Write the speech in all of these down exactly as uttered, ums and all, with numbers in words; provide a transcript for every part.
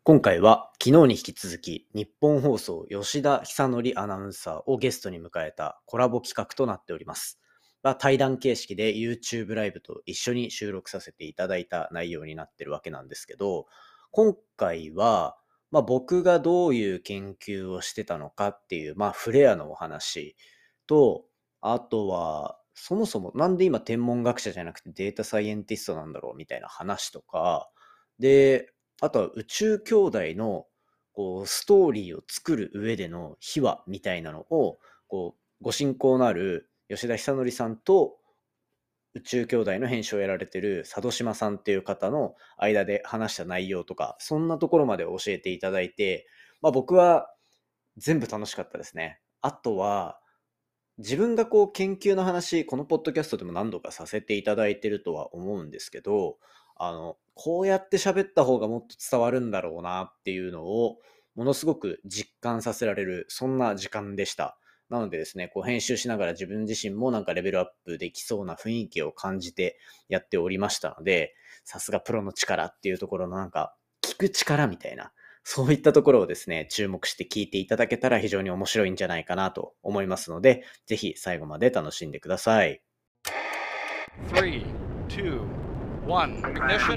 今回は昨日に引き続き日本放送吉田久典アナウンサーをゲストに迎えたコラボ企画となっております。まあ、対談形式で YouTube ライブと一緒に収録させていただいた内容になってるわけなんですけど、今回は、まあ、僕がどういう研究をしてたのかっていう、まあ、フレアのお話と、あとはそもそもなんで今天文学者じゃなくてデータサイエンティストなんだろうみたいな話とかで、あとは宇宙兄弟のこうストーリーを作る上での秘話みたいなのをこうご親交のある吉田久典さんと宇宙兄弟の編集をやられてる佐渡島さんっていう方の間で話した内容とか、そんなところまで教えていただいて、まあ、僕は全部楽しかったですね。あとは自分がこう研究の話、このポッドキャストでも何度かさせていただいてるとは思うんですけど、あの、こうやって喋った方がもっと伝わるんだろうなっていうのを、ものすごく実感させられる、そんな時間でした。なのでですね、こう編集しながら自分自身もなんかレベルアップできそうな雰囲気を感じてやっておりましたので、さすがプロの力っていうところのなんか、聞く力みたいな、そういったところをですね、注目して聞いていただけたら非常に面白いんじゃないかなと思いますので、ぜひ最後まで楽しんでください。 Three, two, one, ignition.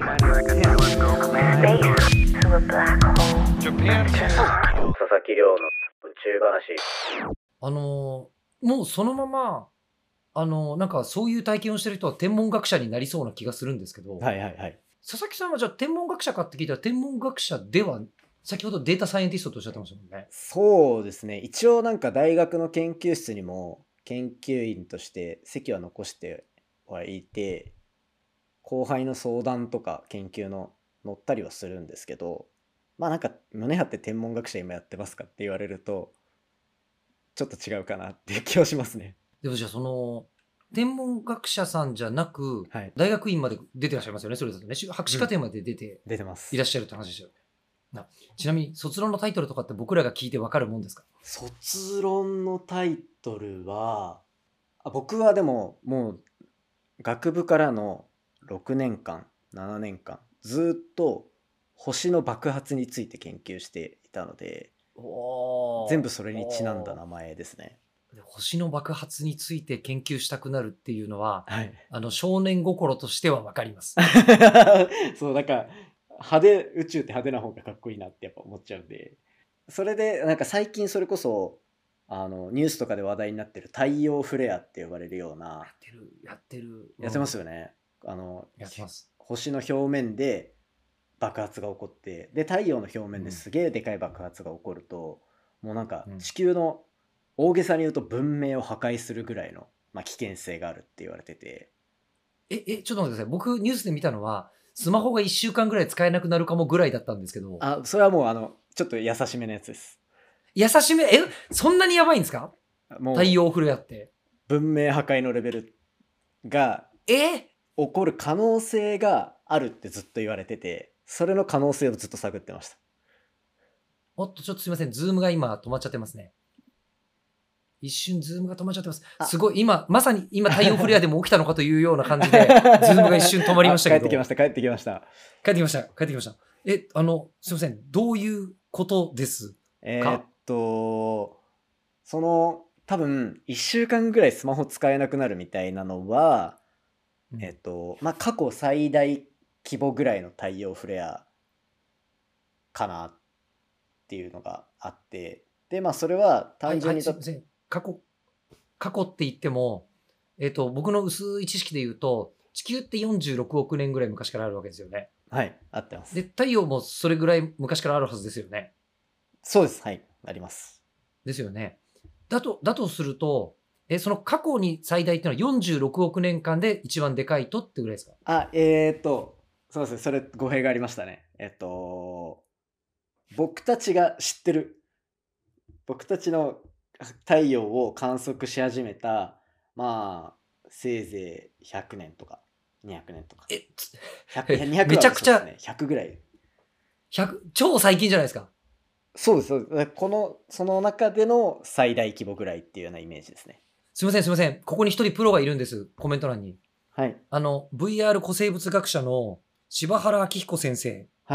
Japan. 佐々木亮の宇宙話。 あのーもうそのまま、あのーなんかそういう体験をしてる人は天文学者になりそうな気がするんですけど、 はいはいはい。 佐々木さんはじゃあ天文学者かって聞いたら天文学者では、先ほどデータサイエンティストとおっしゃってましたもんね。 そうですね。一応なんか大学の研究室にも研究員として席は残してはいて、後輩の相談とか研究の乗ったりはするんですけど、まあなんか胸張って天文学者今やってますかって言われると、ちょっと違うかなっていう気はしますね。 でもじゃあその、天文学者さんじゃなく、 はい。 大学院まで出てらっしゃいますよね、それぞれね。し博士課程まで出て出てます。 いらっしゃるって話ですよね。なちなみに卒論のタイトルとかって僕らが聞いてわかるもんですか？ 卒論のタイトルは、あ、僕はでももう学部からのろくねんかん、ななねんかん、ずっと星の爆発について研究していたので、 おー全部それにちなんだ名前ですね。 で星の爆発について研究したくなるっていうのは、 はい。 あの少年心としてはわかります。 そう、なんか派手、宇宙って派手な方がかっこいいなってやっぱ思っちゃうんで、それでなんか最近それこそあのニュースとかで話題になってる太陽フレアって呼ばれるような、 やってる、やってる。 やってますよ。 よね。あのやってます。 星の表面で爆発が起こって、で太陽の表面ですげえでかい爆発が起こると、もうなんかうん地球の大げさに言うと文明を破壊するぐらいの、まあ、危険性があるって言われてて、 え、え、ちょっと待ってください。僕ニュースで見たのは、スマホがいっしゅうかんぐらい使えなくなるかもぐらいだったんですけど、 あ、それはもうあのちょっと優しめのやつです。 優しめ、え、そんなにやばいんですか？ もう太陽フレアって。 文明破壊のレベルがえ起こる可能性があるってずっと言われてて、それの可能性をずっと探ってました。 おっと、ちょっとすいません。ズームが今止まっちゃってますね。一瞬ズームが止まっちゃってます。 あすごい、今、まさに今太陽フレアでも起きたのかというような感じで、ズームが一瞬止まりましたけど。 あ帰ってきました帰ってきました。 帰ってきました。帰ってきました。え、あの、すいません。どういうことですえーっとその多分いっしゅうかんぐらいスマホ使えなくなるみたいなのは、 うんえっとまあ過去最大規模ぐらいの太陽フレアかなっていうのがあって、でまあそれは単純にと、 はいはい、すいません。過去、過去って言っても、えっ、と、僕の薄い知識で言うと、地球ってよんじゅうろくおくねんぐらい昔からあるわけですよね。 はい合ってます。 で、太陽もそれぐらい昔からあるはずですよね。 そうです、はいあります。 ですよね。だと、だとすると、え、その過去に最大っていうのはよんじゅうろくおくねんかんで一番でかいとってぐらいですか？ あえーっとそうですね、それ語弊がありましたね。えっと僕たちが知ってる僕たちの太陽を観測し始めた、まあせいぜいひゃくねんとかにひゃくねんとか、 え、つひゃく、にひゃくめちゃくちゃは嘘ですね、ひゃくぐらい。 ひゃく、超最近じゃないですか。 そうですそうです。このその中での最大規模ぐらいっていうようなイメージですね。 すいません、すいません。ここに一人プロがいるんです。コメント欄に。 はいあの、ブイアール 古生物学者の柴原明彦先生。 はい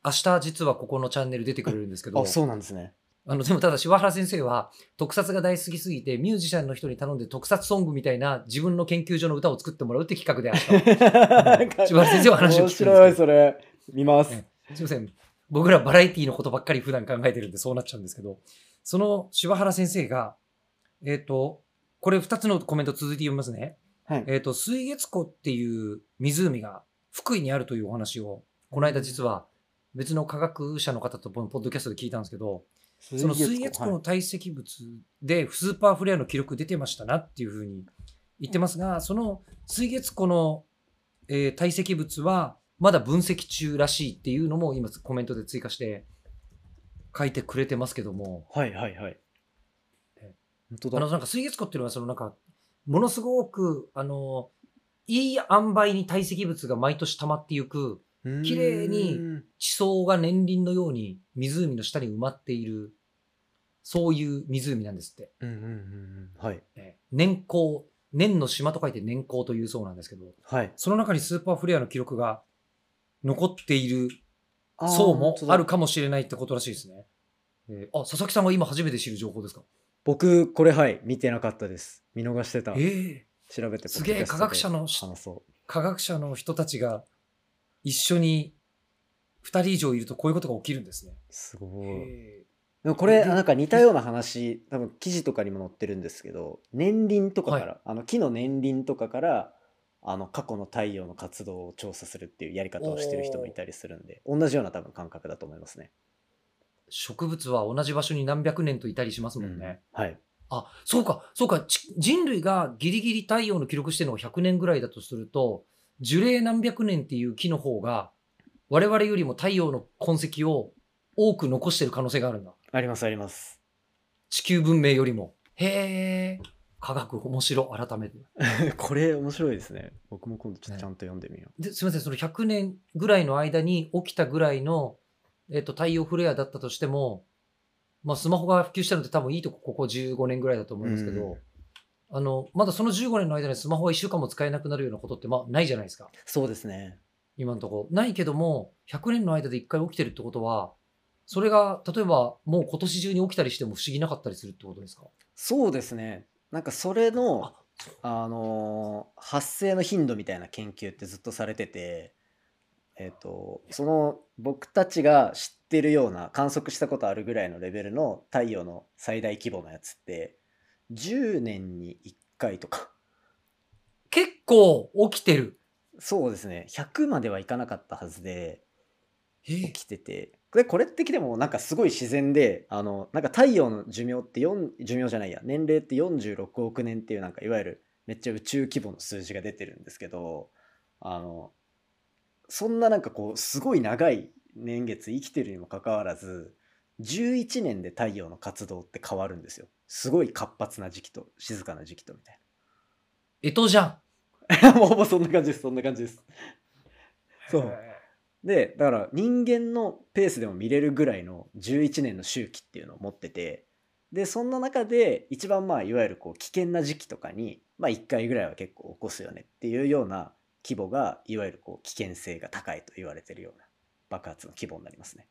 明日実はここのチャンネル出てくれるんですけど、 あ、そうなんですね。 あの、でもただ柴原先生は特撮が大好きすぎてミュージシャンの人に頼んで特撮ソングみたいな自分の研究所の歌を作ってもらうって企画で明日は、うん柴原先生は話を聞くんですけど。 面白い、それ。見ます。 えすいません。僕らバラエティのことばっかり普段考えてるんでそうなっちゃうんですけど、その柴原先生が、えっ、と、これふたつのコメント続いて読みますね。 はい。 えっ、と、水月湖っていう湖が福井にあるというお話を、この間実は別の科学者の方とポッドキャストで聞いたんですけど、その水月湖の堆積物でスーパーフレアの記録出てましたなっていうふうに言ってますが、その水月湖の、えー堆積物はまだ分析中らしいっていうのも今コメントで追加して書いてくれてますけども、 はいはいはい。 え本当だ。 あのなんか水月湖っていうのはそのなんかものすごくあのいい塩梅に堆積物が毎年溜まっていく綺麗にうーん地層が年輪のように湖の下に埋まっているそういう湖なんですって。 うんうんうんうん。はい。 えー年鉱、年の島と書いて年鉱というそうなんですけど、 はい。 その中にスーパーフレアの記録が残っているあー層も本当だあるかもしれないってことらしいですね。えーあ、佐々木さんは今初めて知る情報ですか？ 僕、これはい、見てなかったです。見逃してた。 ええ調べてすげえ科学者の話そ科学者の人たちが一緒にふたり以上いるとこういうことが起きるんですね。 う。すごい。 へでもこれ、 でなんか似たような話、多分記事とかにも載ってるんですけど、年輪とかから、 はあの木の年輪とかから、あの過去の太陽の活動を調査するっていうやり方をしてる人もいたりするんで、同じような多分感覚だと思いますね。 植物は同じ場所に何百年といたりしますもんね。 うんはい。 あ、そうか、そうか、ち人類がギリギリ太陽の記録してるのがひゃくねんぐらいだとすると、樹齢何百年っていう木の方が、我々よりも太陽の痕跡を多く残してる可能性があるんだ。 ありますあります。 地球文明よりも。へえ、科学面白、改めて。 これ面白いですね。僕も今度ちょっとちゃんと読んでみよう。 ですみません、そのひゃくねんぐらいの間に起きたぐらいの、えっと、太陽フレアだったとしても、まあ、スマホが普及したのって多分いいとこ、ここじゅうごねんぐらいだと思いますけど、 うんあの、まだそのじゅうごねんの間にスマホがいっしゅうかんも使えなくなるようなことって、まあ、ないじゃないですか。 そうですね。 今のところ。ないけども、ひゃくねんの間でいっかい起きてるってことは、それが、例えば、もう今年中に起きたりしても不思議なかったりするってことですか？ そうですね。なんかそれのあ、、そうあのー発生の頻度みたいな研究ってずっとされてて、えっと、その僕たちが知ってるような観測したことあるぐらいのレベルの太陽の最大規模のやつってじゅうねんにいっかいとか、 結構起きてる。 そうですね、ひゃくまではいかなかったはずでえ起きてて、でこれってでもなんかすごい自然で、あのなんか太陽の寿命ってよん寿命じゃないや年齢ってよんじゅうろくおく年っていうなんかいわゆるめっちゃ宇宙規模の数字が出てるんですけど、あのそんななんかこうすごい長い年月生きてるにもかかわらずじゅういちねんで太陽の活動って変わるんですよ。すごい活発な時期と静かな時期とみたい干支じゃん。 なもうほぼそんな感じですそんな感じです。そうへでだから人間のペースでも見れるぐらいのじゅういちねんの周期っていうのを持ってて、でそんな中で一番まあいわゆるこう危険な時期とかに、まあ、いっかいぐらいは結構起こすよねっていうような規模がいわゆるこう危険性が高いと言われてるような爆発の規模になりますね。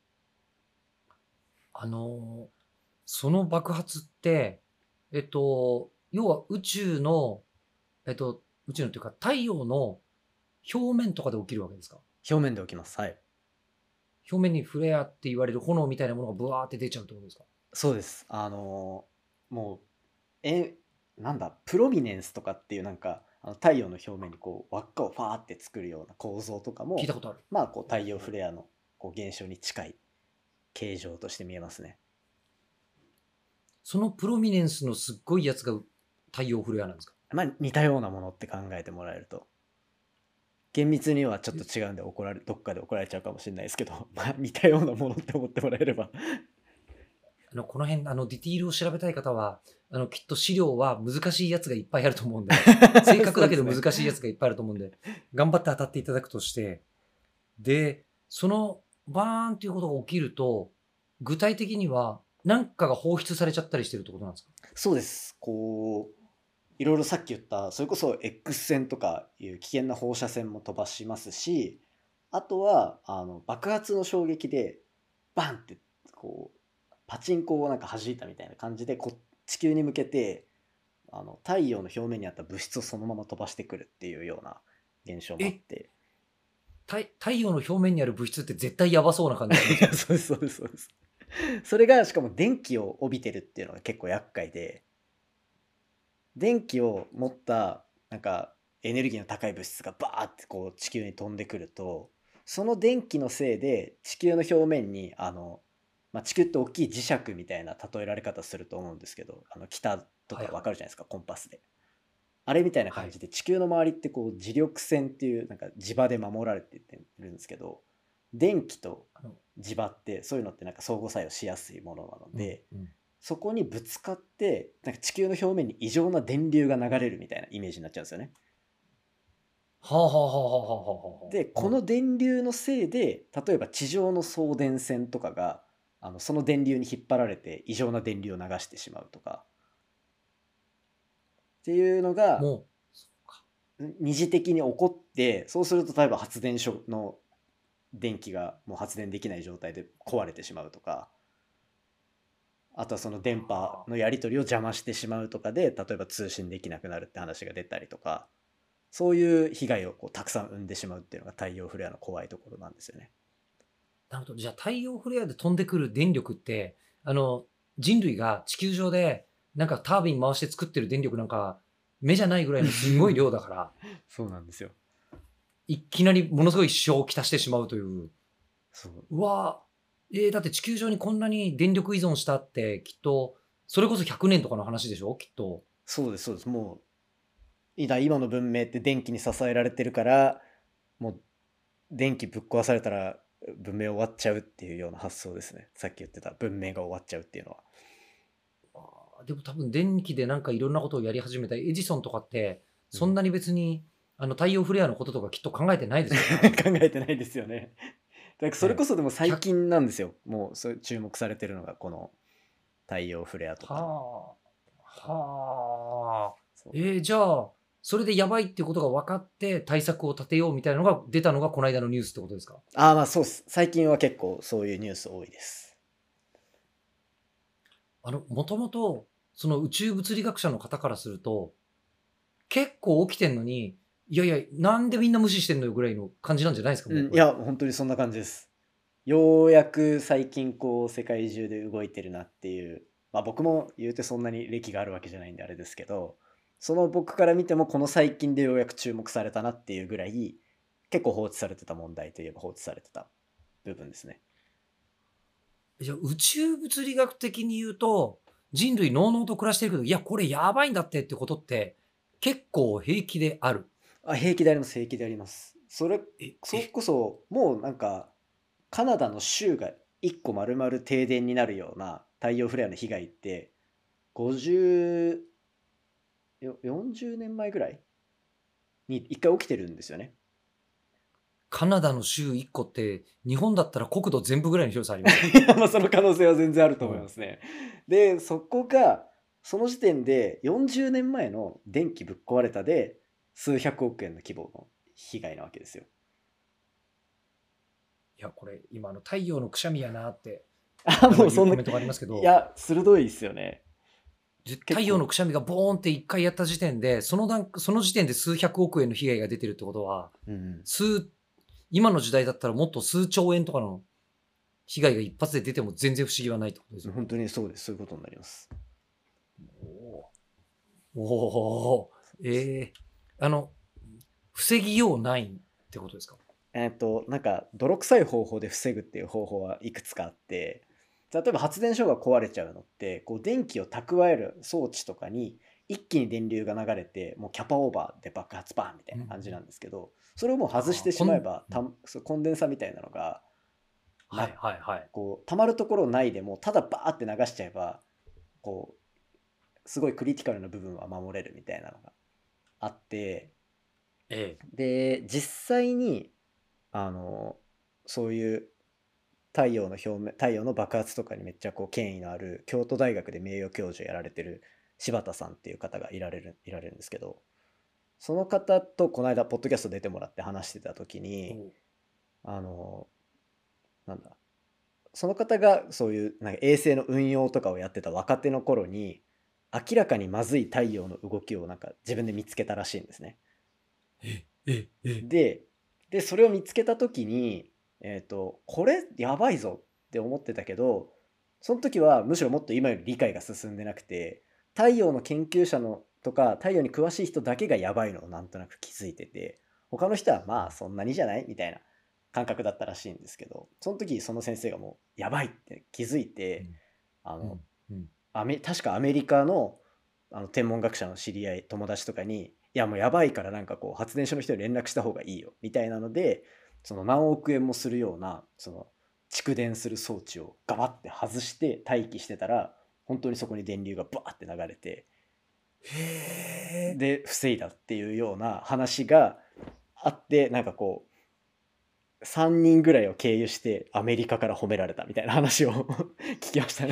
あのーその爆発って、えっと、要は宇宙の、えっと、宇宙のというか太陽の表面とかで起きるわけですか？ 表面で起きます。はい。 表面にフレアって言われる炎みたいなものがブワーって出ちゃうってことですか？ そうです。あのーもうえなんだプロミネンスとかっていうなんかあの太陽の表面にこう輪っかをファーって作るような構造とかも聞いたことある。 まあこう太陽フレアのこう現象に近い形状として見えますね。 そのプロミネンスのすっごいやつが太陽フレアなんですか？ まあ似たようなものって考えてもらえると、厳密にはちょっと違うんで怒られどっかで怒られちゃうかもしれないですけど、まあ似たようなものって思ってもらえればあのこの辺あのディティールを調べたい方はあのきっと資料は難しいやつがいっぱいあると思うんで正確だけど難しいやつがいっぱいあると思うんで頑張って当たっていただくとして、でそのバーンっていうことが起きると具体的には何かが放出されちゃったりしてるってことなんですか？ そうです。こういろいろさっき言ったそれこそ X 線とかいう危険な放射線も飛ばしますし、 あとはあの爆発の衝撃でバンってこうパチンコをなんか弾いたみたいな感じでこ地球に向けてあの太陽の表面にあった物質をそのまま飛ばしてくるっていうような現象もあっえ、 て。 太太陽の表面にある物質って絶対やばそうな感じしますそうですそうですそうです。それがしかも電気を帯びてるっていうのが結構厄介で、電気を持ったなんかエネルギーの高い物質がバーってこう地球に飛んでくると、その電気のせいで地球の表面にあの、まあ、地球って大きい磁石みたいな例えられ方すると思うんですけど、あの北とかはいはい分かるじゃないですか、コンパスで。あれみたいなはい。 感じで地球の周りってこう磁力線っていうなんか磁場で守られてるんですけど、電気とあの、 磁場ってそういうのってなんか相互作用しやすいものなのうんで、 うん。 そこにぶつかってなんか地球の表面に異常な電流が流れるみたいなイメージになっちゃうんですよね。 はあはあはあはあはあはあ。 でこの電流のせいで例えば地上の送電線とかがあのその電流に引っ張られて異常な電流を流してしまうとかっていうのがもう、そうか。 二次的に起こって、そうすると例えば発電所の電気がもう発電できない状態で壊れてしまうとか、あとはその電波のやり取りを邪魔してしまうとかで例えば通信できなくなるって話が出たりとか、そういう被害をこうたくさん生んでしまうっていうのが太陽フレアの怖いところなんですよね。 なるほど。じゃあ太陽フレアで飛んでくる電力って、あの、人類が地球上でなんかタービン回して作ってる電力なんか目じゃないぐらいのすんごい量だから、 そうなんですよ。 いきなりものすごい支障をきたしてしまうという。 そううわぁ、えー、だって地球上にこんなに電力依存したってきっと、それこそひゃくねんとかの話でしょきっと。 そうですそうです。もういだ今の文明って電気に支えられてるから、もう電気ぶっ壊されたら文明終わっちゃうっていうような発想ですね。さっき言ってた文明が終わっちゃうっていうのは。 あーでも多分電気でなんかいろんなことをやり始めたエジソンとかって、そんなに別に、あの太陽フレアのこととかきっと考えてないですよね。 考えてないですよね。だからそれこそでも最近なんですよ。もうそういう注目されてるのがこの太陽フレアとか。 はあ。はあ。 そうえー、じゃあ、それでやばいっていうことが分かって対策を立てようみたいなのが出たのがこの間のニュースってことですか？ ああまあそうです。最近は結構そういうニュース多いです。 あの、もともと、その宇宙物理学者の方からすると、結構起きてんのに、いやいや、なんでみんな無視してんのよぐらいの感じなんじゃないですか、もううん、 これ。 いや本当にそんな感じです。ようやく最近こう世界中で動いてるなっていう、まあ僕も言うてそんなに歴があるわけじゃないんであれですけど、その僕から見てもこの最近でようやく注目されたなっていうぐらい結構放置されてた問題といえば放置されてた部分ですね。 じゃあ宇宙物理学的に言うと、人類のうのうと暮らしてるけど、いや、これやばいんだってってことって、結構平気である。 あ、平気であります平気であります。それえ、 それえ、 こそもうなんかカナダの州がいっこ丸々停電になるような太陽フレアの被害ってごじゅうよよんじゅうねんまえぐらいにいっかい起きてるんですよね。 カナダの州いっこって、日本だったら国土全部ぐらいの広さありますよ。 いやまあその可能性は全然あると思いますね。でそこがその時点でよんじゅうねんまえの電気ぶっ壊れたで数百億円の規模の被害なわけですよ。 いや、これ、今、あの太陽のくしゃみやなって、 ああのもうそんないうコメントがありますけど、 いや鋭いですよね。 じ構太陽のくしゃみがボーンって一回やった時点で、その段その時点で数百億円の被害が出てるってことは、 うんうん数、今の時代だったらもっと数兆円とかの被害が一発で出ても全然不思議はないってことですよね。 本当にそうですそういうことになります。 おお、ええあの、防ぎようないってことですか？ えっとなんか泥臭い方法で防ぐっていう方法はいくつかあって、例えば発電所が壊れちゃうのってこう電気を蓄える装置とかに一気に電流が流れてもうキャパオーバーで爆発バーンみたいな感じなんですけど、それをもう外してしまえばあーたそうコンデンサみたいなのがなはいはいはい。 こう溜まるところないでもただバーって流しちゃえばこうすごいクリティカルな部分は守れるみたいなのがあって、 ええ。 で実際にあのそういう太陽の表面太陽の爆発とかにめっちゃこう権威のある京都大学で名誉教授やられてる柴田さんっていう方がいられるいられるんですけど、その方とこの間ポッドキャスト出てもらって話してた時に、 あのなんだその方がそういうなんか衛星の運用とかをやってた若手の頃に明らかにまずい太陽の動きをなんか自分で見つけたらしいんですね。 え、え、え、 で、でそれを見つけた時に、えーと、これやばいぞって思ってたけど、その時はむしろもっと今より理解が進んでなくて、太陽の研究者のとか太陽に詳しい人だけがやばいのをなんとなく気づいてて、他の人はまあそんなにじゃないみたいな感覚だったらしいんですけど、その時その先生がもうやばいって気づいて、あうんのうんアメ確かアメリカの、あの天文学者の知り合い友達とかに、いやもうやばいからなんかこう発電所の人に連絡した方がいいよみたいなので、その何億円もするようなその蓄電する装置をガバッて外して待機してたら、本当にそこに電流がバーって流れて、 へえ。 で防いだっていうような話があって、なんかこうさんにんぐらいを経由してアメリカから褒められたみたいな話を聞きましたね。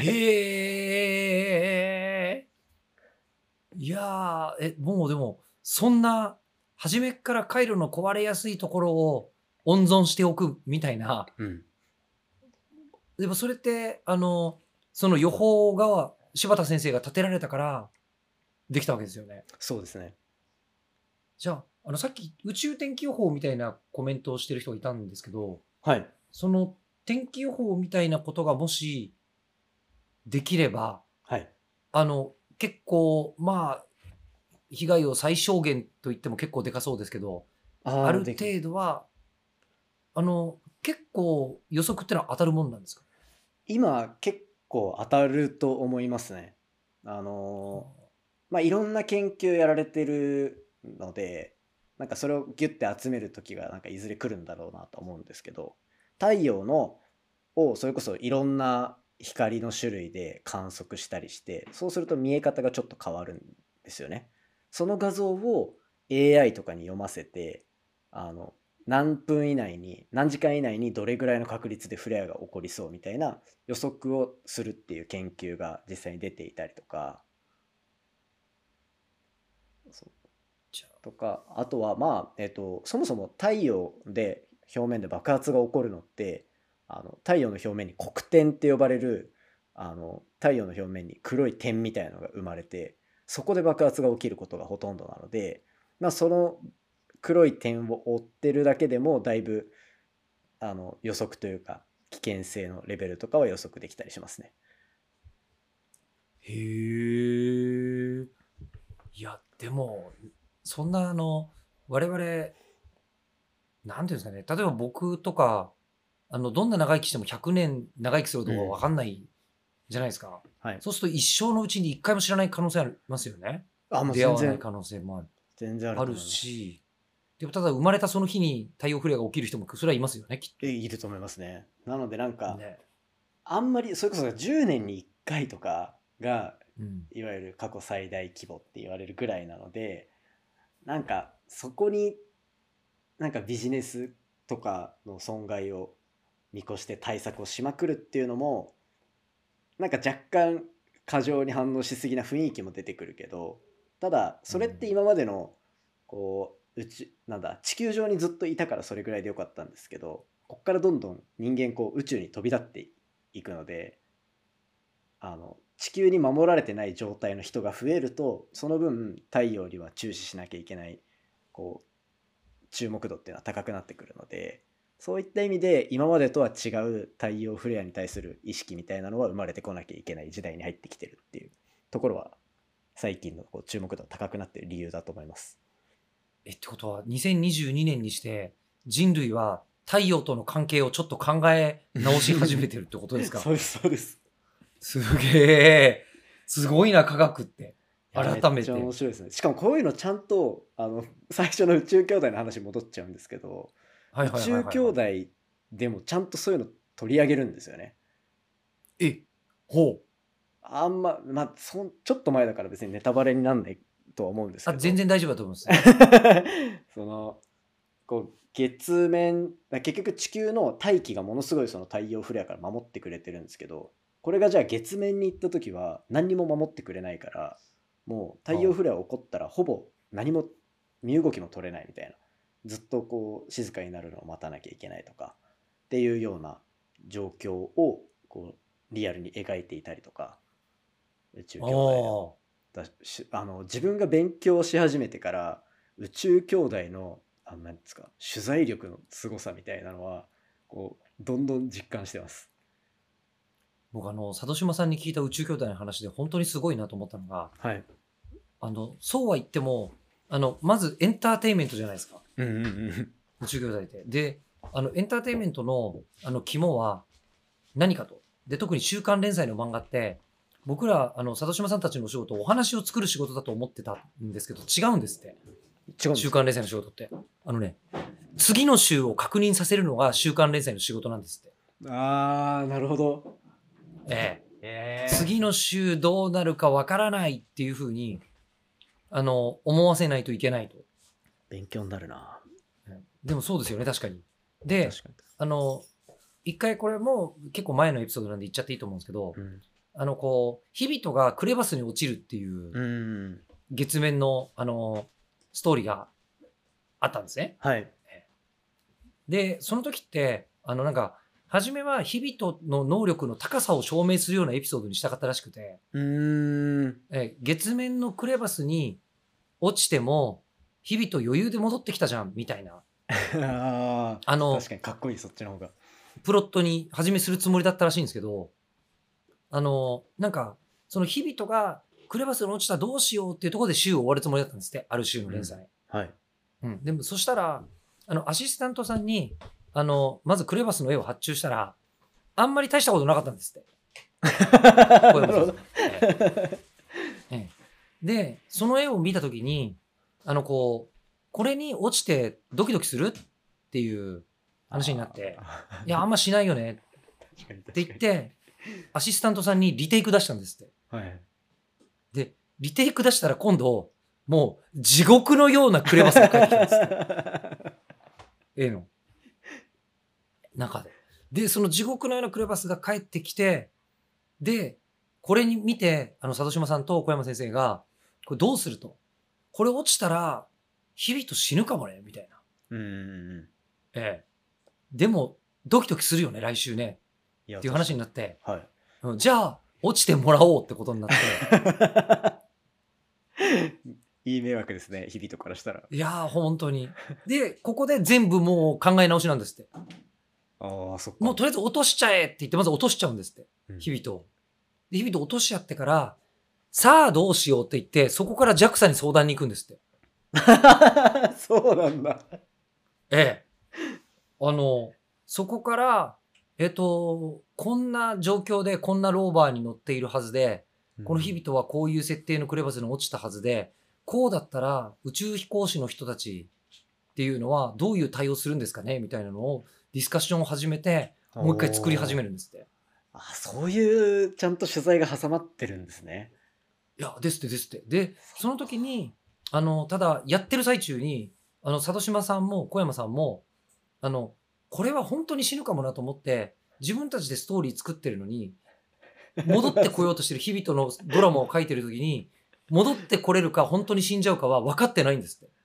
へえ。いやー、え、もうでも、そんな、初めっから回路の壊れやすいところを温存しておくみたいな、 うんでもそれって、あの、その予報が柴田先生が立てられたからできたわけですよね。 そうですね。 じゃあ、あの、さっき宇宙天気予報みたいなコメントをしてる人がいたんですけど、 はいその天気予報みたいなことがもしできれば、 はいあの、結構、まあ、被害を最小限と言っても結構でかそうですけど、あるあーでき程度は、あの、結構予測ってのは当たるもんなんですか？ 今結構当たると思いますね。あのまあいろんな研究やられてるので、なんかそれをギュッて集める時がなんかいずれ来るんだろうなと思うんですけど、太陽のをそれこそいろんな光の種類で観測したりして、そうすると見え方がちょっと変わるんですよね。その画像を エーアイ とかに読ませて、あの何分以内に何時間以内にどれぐらいの確率でフレアが起こりそうみたいな予測をするっていう研究が実際に出ていたりとか、そうじゃあとか、あとはまあ、えっと、そもそも太陽で表面で爆発が起こるのって、あの太陽の表面に黒点って呼ばれる、あの太陽の表面に黒い点みたいなのが生まれて、そこで爆発が起きることがほとんどなので、まあ、その黒い点を追ってるだけでもだいぶあの予測というか危険性のレベルとかは予測できたりしますね。 へえ。いや、でも、そんなあの、我々、なんていうんですかね、例えば僕とか、あの、どんな長生きしてもひゃくねん長生きすることがわかんないじゃないですか。 はい。 そうすると一生のうちに一回も知らない可能性ありますよね。 あ、もう全然出会わない可能性もある全然あるあると思います。 し、でもただ生まれたその日に太陽フレアが起きる人もそれはいますよね、きっえいると思いますね。なのでなんと。 か、 ね。 あんまりそれこそじゅうねんにいっかいとかがうん。 いわゆる過去最大規模って言われるぐらいなので、なんかそこになんかビジネスとかの損害を見越して対策をしまくるっていうのも、なんか若干過剰に反応しすぎな雰囲気も出てくるけど、ただそれって今までのこう宇宙なんだ地球上にずっといたからそれぐらいでよかったんですけど、こっからどんどん人間こう宇宙に飛び立っていくので、あの地球に守られてない状態の人が増えると、その分太陽には注視しなきゃいけないこう注目度っていうのは高くなってくるので、そういった意味で今までとは違う太陽フレアに対する意識みたいなのは生まれてこなきゃいけない時代に入ってきてるっていうところは、最近のこう注目度が高くなっている理由だと思います。 え、ってことは、にせんにじゅうにねんにして人類は太陽との関係をちょっと考え直し始めてるってことですか？ そうですそうです。 すげえ。すごいな、科学って。改めて。 めっちゃ面白いですね。しかもこういうのちゃんとあの最初の宇宙兄弟の話に戻っちゃうんですけど、 はい宇はいはいはい宙兄弟でもちゃんとそういうの取り上げるんですよね。 え、ほう。 あんま、まあ、そんちょっと前だから別にネタバレになんないとは思うんですけあ、 ど。 全然大丈夫だと思います。 その、こう、月面、結局地球の大気がものすごいその太陽フレアから守ってくれてるんですけど、これがじゃあ月面に行った時は何にも守ってくれないから、もう太陽フレア起こったらほぼ何も身動きも取れないみたいな。ずっとこう静かになるのを待たなきゃいけないとか。 っていうような状況をこうリアルに描いていたりとか、宇宙兄弟のあだしあの自分が勉強し始めてから宇宙兄弟のあなんですか取材力の凄さみたいなのはこうどんどん実感してます。 僕あの佐渡島さんに聞いた宇宙兄弟の話で本当にすごいなと思ったのが、 はい。 あのそうは言ってもあのまずエンターテインメントじゃないですか、 うんうんうん宇宙兄弟ってであのエンターテインメントのあの肝は何かと。で特に週刊連載の漫画って僕らあの佐渡島さんたちのお仕事お話を作る仕事だと思ってたんですけど違うんですって。 違うんですか。 週刊連載の仕事ってあのね次の週を確認させるのが週刊連載の仕事なんですって。 あーなるほど。 えええ、次の週どうなるかわからないっていうふうにあの思わせないといけないと。 勉強になるな。 でもそうですよね確かに。で確かに。 あの一回これも結構前のエピソードなんで言っちゃっていいと思うんですけど、 うんあのこう日々とがクレバスに落ちるっていううん月面のあのストーリーがあったんですね。 はい。 でその時ってあのなんか初めは日々との能力の高さを証明するようなエピソードにしたかったらしくて、 うーん。 え月面のクレバスに落ちても日々と余裕で戻ってきたじゃんみたいなああの確かにかっこいい、そっちの方が。 プロットに初めするつもりだったらしいんですけど、あのなんかその日々とがクレバスに落ちたどうしようっていうところで週を終わるつもりだったんですってある週の連載、 はい。 うんでもそしたらあのアシスタントさんにあのまずクレバスの絵を発注したらあんまり大したことなかったんですってな小山先生るほど。 ええええでその絵を見た時にあのこうこれに落ちてドキドキするっていう話になっていやあんましないよね確かに確かってに言ってアシスタントさんにリテイク出したんですって。 はい。 でリテイク出したら今度もう地獄のようなクレバスが返ってきたんですって絵の中で。でその地獄のようなクレバスが返ってきてでこれに見てあの佐渡島さんと小山先生がこれどうするとこれ落ちたら日々と死ぬかもねみたいな、 うんうんうん。 ええ、でもドキドキするよね来週ねいやっていう話になってはい。 うんじゃあ落ちてもらおうってことになっていい迷惑ですね、日々とからしたら。 いやー本当にでここで全部もう考え直しなんですって。 ああ、そっか。 もうとりあえず落としちゃえって言ってまず落としちゃうんですってうん日々と。で日々と落としちゃってからさあどうしようって言ってそこから ジャクサ に相談に行くんですって。 そうなんだ。 ええ。あの、そこから、えっと、こんな状況でこんなローバーに乗っているはずで、この日々とはこういう設定のクレバスに落ちたはずで、こうだったら宇宙飛行士の人たちっていうのはどういう対応するんですかねみたいなのをディスカッションを始めて、もう一回作り始めるんですって。 あ、そういうちゃんと取材が挟まってるんですね。 いや、ですってですって。で、その時に、あの、ただ、やってる最中に、あの、佐渡島さんも小山さんも、あの、これは本当に死ぬかもなと思って、自分たちでストーリー作ってるのに、戻ってこようとしてる日々とのドラマを書いてる時に、戻ってこれるか本当に死んじゃうかは分かってないんですって。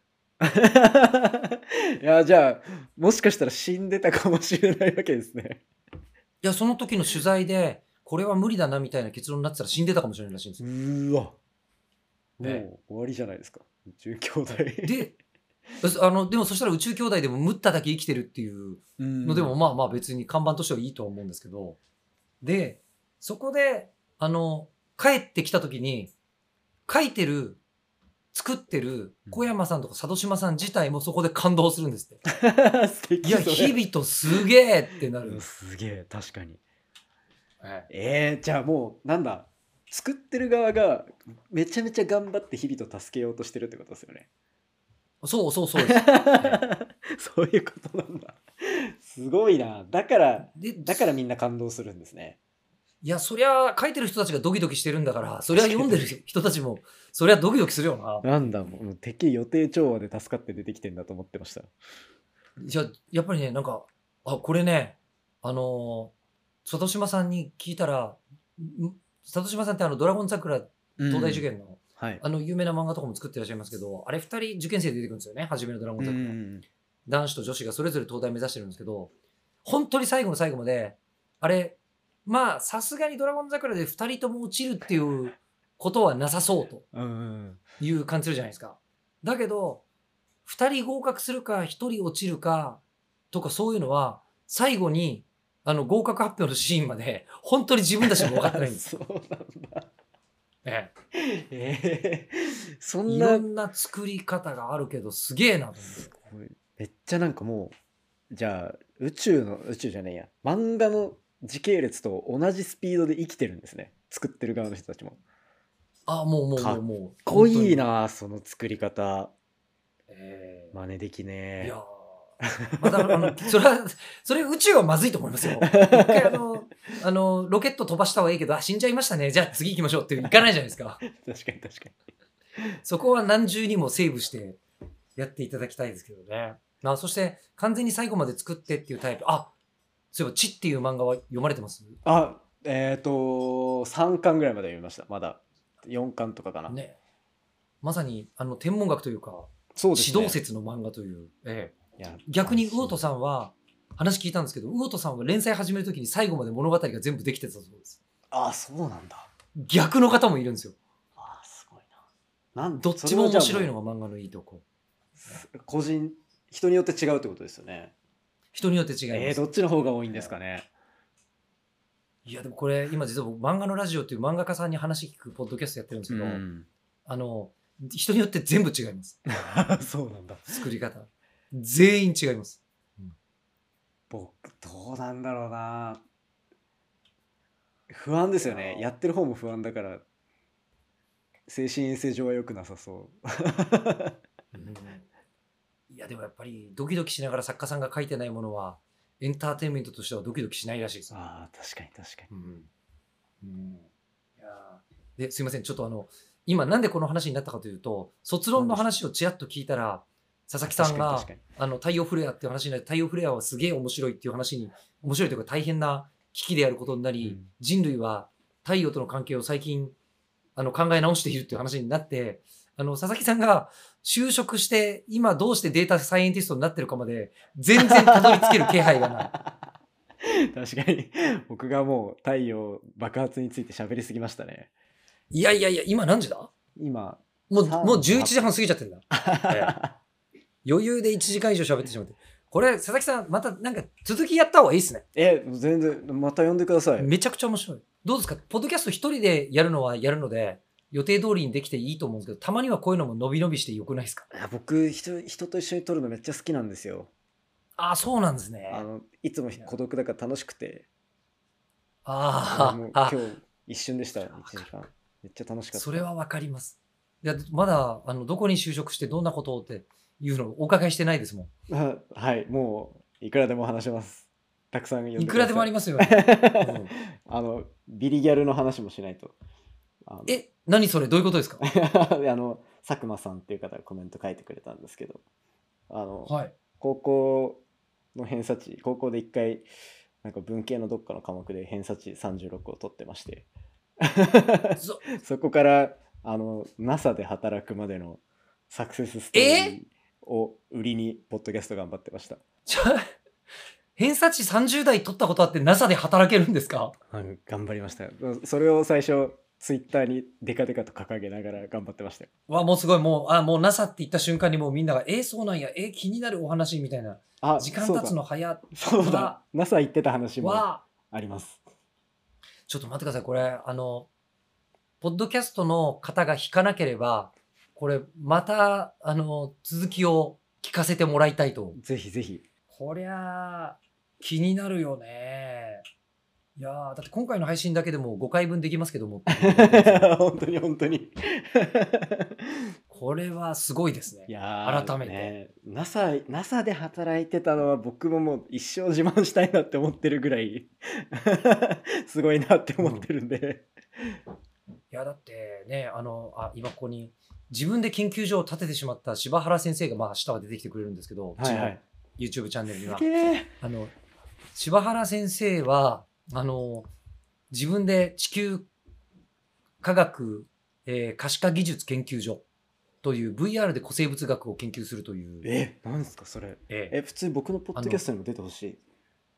いや、じゃあ、もしかしたら死んでたかもしれないわけですね。 いや、その時の取材で、これは無理だなみたいな結論になってたら死んでたかもしれないらしいんですうよ。 ーわ。もうえ終わりじゃないですか。宇宙兄弟。 で、あの、でもそしたら宇宙兄弟でもムッタだけ生きてるっていうのでもまあまあ別に看板としてはいいとは思うんですけど、で、そこで、あの、帰ってきた時に、書いてる、作ってる小山さんとか佐渡島さん自体もそこで感動するんですって。 素敵いや、 それ日々とすげえってなるうん。すげえ、確かに。 はいえー、じゃあもう、なんだ、作ってる側がめちゃめちゃ頑張って日々と助けようとしてるってことですよね。 そうそうそうです。 そういうことなんだ。すごいな。だから、 で、 だからみんな感動するんですね。 いや、そりゃ書いてる人たちがドキドキしてるんだから、そりゃ読んでる人たちも、そりゃドキドキするよな。 なんだ、もう敵予定調和で助かって出てきてんだと思ってました。 じゃあ、やっぱりね、なんか、あ、これね、あのー佐渡島さんに聞いたら、ん佐渡島さんってあの、ドラゴン桜東大受験の、 はい。 あの、有名な漫画とかも作ってらっしゃいますけど、あれふたり受験生で出てくるんですよね、初めのドラゴン桜。男子と女子がそれぞれ東大目指してるんですけど、 本当に最後の最後まで、あれ、まあ、さすがにドラゴン桜でふたりとも落ちるっていうことはなさそうとうんいう感じするじゃないですか。だけど、ふたり合格するかひとり落ちるかとかそういうのは、最後にあの合格発表のシーンまで本当に自分たちも分かってないんですよ。 そうなんだ。 ええー、そえ、いんなろんな作り方があるけどすげえなと思すって。 ごいめっちゃなんかもうじゃあ宇宙の宇宙じゃねえや漫画の時系列と同じスピードで生きてるんですね、作ってる側の人たちも。 あ、もうもうかっもうもう。 こいい本当に。 なその作り方。 ええ、 真似できねいやー、またあのそれはそれ宇宙はまずいと思いますよ。一回あのあのロケット飛ばしたはいいけど、あ、死んじゃいましたね。じゃあ次行きましょうっていかないじゃないですか。 確かに確かに。 そこは何重にもセーブしてやっていただきたいですけどね。まあ、そして完全に最後まで作ってっていうタイプ。あ、そういえば「地」っていう漫画は読まれてます？ あ、えっ、とさんかんぐらいまで読みました。まだよんかんとかかな。 ね。まさにあの天文学というか、 そうですね。 指導説の漫画という。ええ、 いや逆に安心魚戸さんは話聞いたんですけど、魚戸さんは連載始めるときに最後まで物語が全部できてたそうです。 あ、そうなんだ。 逆の方もいるんですよ。 あ、すごいな。なんどっちも面白いのがが漫画のいいとこ。 個人人によって違うってことですよね。 人によって違います。 えー、どっちの方が多いんですかね。 いやでもこれ今実は僕漫画のラジオっていう漫画家さんに話聞くポッドキャストやってるんですけど、 うん、 あの人によって全部違います。 そうなんだ。 作り方全員違います。 僕どうなんだろうな。不安ですよね。やってる方も不安だから精神衛生上は良くなさそう。 うんいやでもやっぱりドキドキしながら作家さんが書いてないものはエンターテインメントとしてはドキドキしないらしいです。 ああ、確かに確かに。 うんうんいやーですいません、ちょっとあの今なんでこの話になったかというと、卒論の話をちらっと聞いたら佐々木さんが確かに確かにあの太陽フレアっていう話になって、太陽フレアはすげえ面白いっていう話に、面白いというか大変な危機であることになり、 うん人類は太陽との関係を最近あの考え直しているっていう話になって、あの佐々木さんが就職して今どうしてデータサイエンティストになってるかまで全然たどり着ける気配がない。 確かに僕がもう太陽爆発について喋りすぎましたね。 いやいやいや、今何時だ？ 今もうさんもうじゅういちじはん過ぎちゃってるんだ。余裕でいちじかん以上喋ってしまって。これ佐々木さんまたなんか続きやった方がいいですね。 え、全然また呼んでください。 めちゃくちゃ面白い。どうですか？ポッドキャスト一人でやるのはやるので予定通りにできていいと思うんですけど、たまにはこういうのも伸び伸びしてよくないですか？ いや僕人人と一緒に撮るのめっちゃ好きなんですよ。 ああ、そうなんですね。 あのいつも孤独だから楽しくて。 あもうあ、 今日一瞬でしたいちじかん。めっちゃ楽しかった。 それはわかります。いや、まだあのどこに就職してどんなことをっていうのをお伺いしてないですもん。 あはい、もういくらでも話します。たくさん呼んでください。 いくらでもありますよね。うんあのビリギャルの話もしないと。あのえ、何それ？どういうことですか？ あの佐久間さんっていう方がコメント書いてくれたんですけど、あの、 はい。 高校の偏差値、高校で一回なんか文系のどっかの科目で偏差値さんじゅうろくを取ってましてそそこからあの ナサ で働くまでのサクセスストーリーを売りにポッドキャスト頑張ってました。 ちょ偏差値さんじゅう代取ったことあって ナサ で働けるんですか？ うん頑張りましたよ。それを最初ツイッターにデカデカと掲げながら頑張ってましたよ。 わ、もうすごい、もう、あ、もう ナサ って言った瞬間にもうみんなが、えー、そうなんや、えー、気になるお話みたいな。 あ、 時間経つの早っそうだ。そうだわ。 ナサ 行ってた話もわ。 あります。 ちょっと待ってください。これ、あの、ポッドキャストの方が引かなければ、これ、また、あの、続きを聞かせてもらいたいと。 ぜひぜひ。 こりゃ、気になるよね。いやーだって今回の配信だけでもごかいぶんできますけども。 本当に本当に。 これはすごいですね。 いや改めて、 ね、ナサ ナサ で働いてたのは僕ももう一生自慢したいなって思ってるぐらいすごいなって思ってるんで、 うん、いやだってね、あのあ今ここに自分で研究所を建ててしまった柴原先生がまあ明日は出てきてくれるんですけど、 はいはい、 YouTube チャンネルにはすげー。 あの柴原先生はあの自分で地球科学、えー、可視化技術研究所という ブイアール で古生物学を研究するという。 え、なんですかそれ。 ええ、普通僕のポッドキャストにも出てほしい。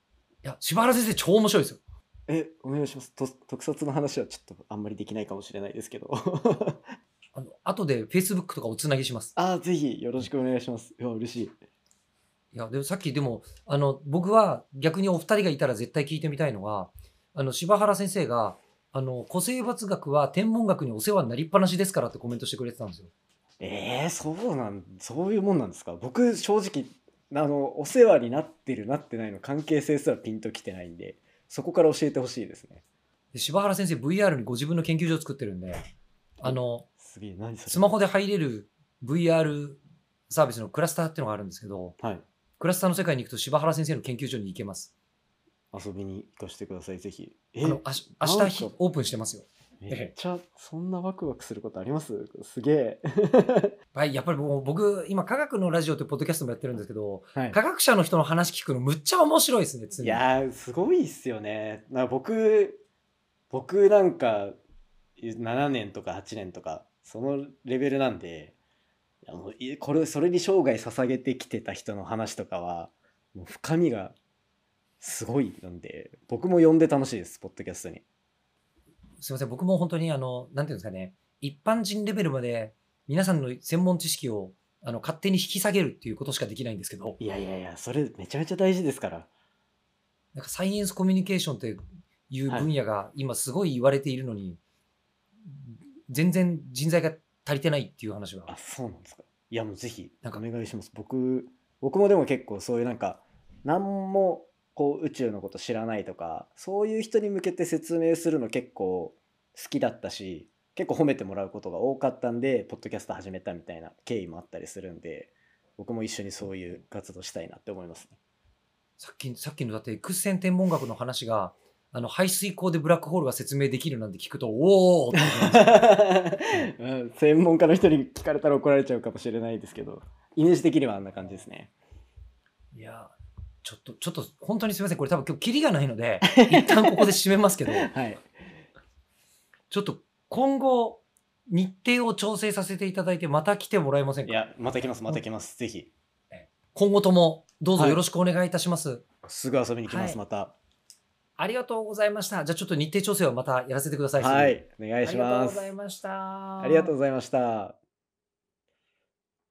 や、柴原先生超面白いですよ。 え、お願いします。と特撮の話はちょっとあんまりできないかもしれないですけど。 あの、後で Facebook とかおつなぎします。 ああ、ぜひよろしくお願いします。いや、嬉しい。 いや、でもさっきでも、あの、僕は逆にお二人がいたら絶対聞いてみたいのが、あの、柴原先生が、あの、古生物学は天文学にお世話になりっぱなしですからってコメントしてくれてたんですよ。 えー、そうなん、そういうもんなんですか。僕、正直、あの、お世話になってるなってないの関係性すらピンときてないんで、そこから教えてほしいですね。 で柴原先生 ブイアール にご自分の研究所を作ってるんで、あの、 すげえ、何それ。 スマホで入れる ブイアール サービスのクラスターっていうのがあるんですけど、 はい。 クラスターの世界に行くと柴原先生の研究所に行けます。 遊びに行かせてください、ぜひ。えあの、あし明なんか日ひオープンしてますよ。 めっちゃ、そんなワクワクすることあります？すげえ。 はい、やっぱりもう僕、今、科学のラジオというポッドキャストもやってるんですけど、 はい。 科学者の人の話聞くのむっちゃ面白いですね、常いに。 やー、すごいっすよね。な僕、僕なんかななねんとかはちねんとか、そのレベルなんで、いやもういこれ、それに生涯捧げてきてた人の話とかは、もう深みがすごいなんで、僕も呼んで楽しいです、ポッドキャストに。 すいません、僕も本当に、あの、なんていうんですかね、一般人レベルまで皆さんの専門知識をあの勝手に引き下げるっていうことしかできないんですけど、 いやいやいや、それめちゃめちゃ大事ですから。 なんかサイエンスコミュニケーションっていう分野が今すごい言われているのに、全然人材が足りてないっていう話は。 あ、そうなんですか。いやもうぜひなんかお願いします。僕、僕もでも結構そういうなんか、何もこう宇宙のこと知らないとか、そういう人に向けて説明するの結構好きだったし、結構褒めてもらうことが多かったんで、ポッドキャスト始めたみたいな経緯もあったりするんで、僕も一緒にそういう活動したいなって思いますね。 さっきさっきのだって X 線天文学の話が、あの排水口でブラックホールが説明できるなんて聞くと、おおって思いますよ。 うん専門家の人に聞かれたら怒られちゃうかもしれないですけど、イメージ的にはあんな感じですね。 いや、ちょっと、ちょっと、本当にすみません。これ多分今日キリがないので、一旦ここで締めますけど、 はい。 ちょっと今後、日程を調整させていただいて、また来てもらえませんか？ いや、また来ます、また来ます。ぜひ。 今後ともどうぞよろしくお願いいたします。 すぐ遊びに来ます、 はいまた。 ありがとうございました。じゃあちょっと日程調整はまたやらせてください。すぐはい、お願いしありがとうます。 ございました。 ありがとうございました。